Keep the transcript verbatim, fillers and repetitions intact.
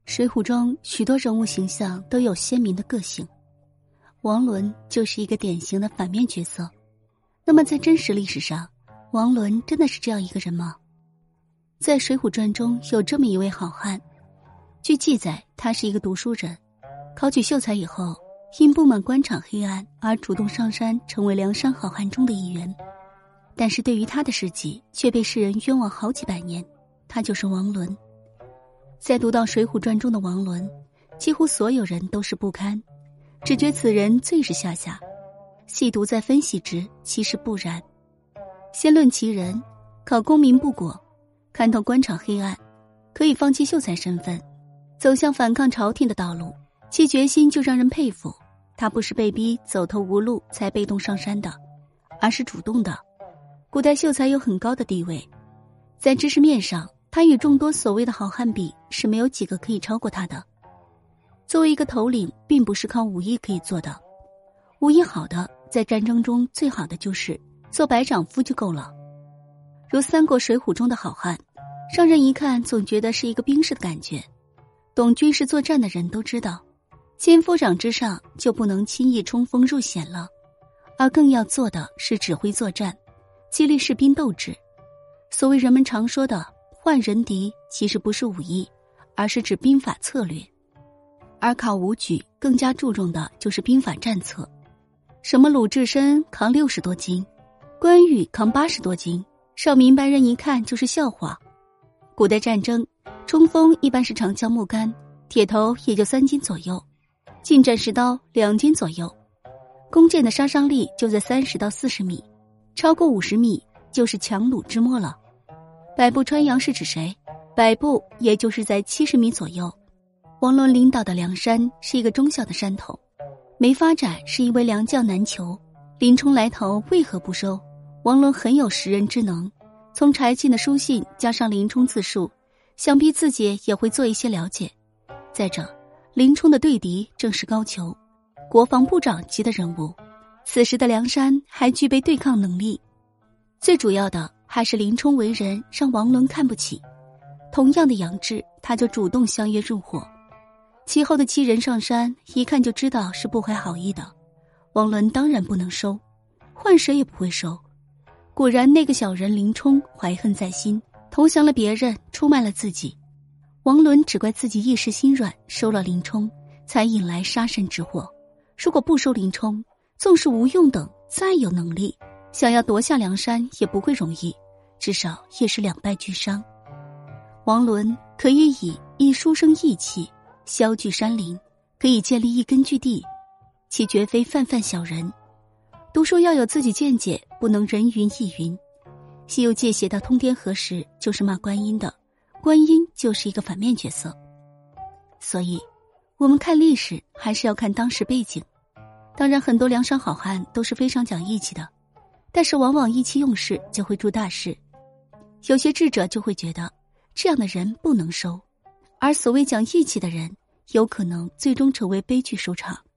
水浒中许多人物形象都有鲜明的个性，王伦就是一个典型的反面角色。那么在真实历史上，王伦真的是这样一个人吗？在《水浒传》中有这么一位好汉，据记载他是一个读书人，考取秀才以后，因不满官场黑暗而主动上山成为梁山好汉中的一员。但是对于他的事迹却被世人冤枉好几百年，他就是王伦。在读到《水浒传》中的王伦，几乎所有人都是不堪，只觉此人最是下下。细读再分析之，其实不然。先论其人，考功名不果，看透官场黑暗，可以放弃秀才身份，走向反抗朝廷的道路，其决心就让人佩服。他不是被逼走投无路才被动上山的，而是主动的。古代秀才有很高的地位，在知识面上，他与众多所谓的好汉比，是没有几个可以超过他的。作为一个头领，并不是靠武艺可以做的，武艺好的，在战争中最好的就是做白掌夫就够了。如三国水浒中的好汉，让人一看总觉得是一个兵士的感觉。懂军事作战的人都知道，千夫长之上就不能轻易冲锋入险了，而更要做的是指挥作战，激励士兵斗志。所谓人们常说的换人敌，其实不是武艺，而是指兵法策略。而考武举更加注重的就是兵法战策。什么鲁智深扛六十多斤，关羽扛八十多斤，让明白人一看就是笑话。古代战争，冲锋一般是长枪木杆，铁头也就三斤左右，近战士刀两斤左右，弓箭的杀伤力就在三十到四十米，超过五十米就是强弩之末了。百步穿杨是指谁？百步也就是在七十米左右。王伦领导的梁山是一个中小的山头，没发展是因为良将难求。林冲来投为何不收？王伦很有识人之能，从柴进的书信加上林冲自述，想必自己也会做一些了解。再者，林冲的对敌正是高俅，国防部长级的人物，此时的梁山还具备对抗能力。最主要的还是林冲为人让王伦看不起，同样的杨志他就主动相约入伙。其后的七人上山，一看就知道是不怀好意的，王伦当然不能收，换谁也不会收。果然那个小人林冲怀恨在心，投降了别人，出卖了自己。王伦只怪自己一时心软，收了林冲，才引来杀身之祸。如果不收林冲，纵使吴用等再有能力，想要夺下梁山也不会容易，至少也是两败俱伤。王伦可以以一书生义气削聚山林，可以建立一根据地，其绝非泛泛小人。读书要有自己见解，不能人云亦云。西游记写到通天河时就是骂观音的，观音就是一个反面角色。所以我们看历史还是要看当时背景。当然很多梁山好汉都是非常讲义气的，但是往往意气用事就会出大事。有些智者就会觉得这样的人不能收，而所谓讲义气的人有可能最终成为悲剧收场。